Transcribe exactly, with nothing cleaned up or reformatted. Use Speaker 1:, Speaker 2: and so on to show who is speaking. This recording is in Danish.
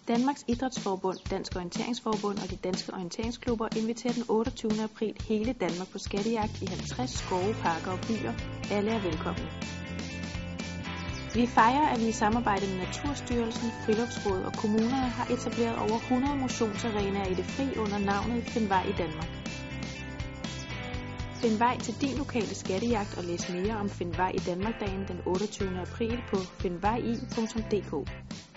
Speaker 1: Danmarks Idrætsforbund, Dansk Orienteringsforbund og de danske orienteringsklubber inviterer den otteogtyvende april hele Danmark på skattejagt i halvtreds skove, parker og byer. Alle er velkomne. Vi fejrer, at vi i samarbejde med Naturstyrelsen, Friluftsrådet og kommunerne har etableret over hundrede motionsarenaer i det fri under navnet Find Vej i Danmark. Find vej til din lokale skattejagt og læs mere om Find Vej i Danmark-dagen den otteogtyvende april på find vej i punktum d k.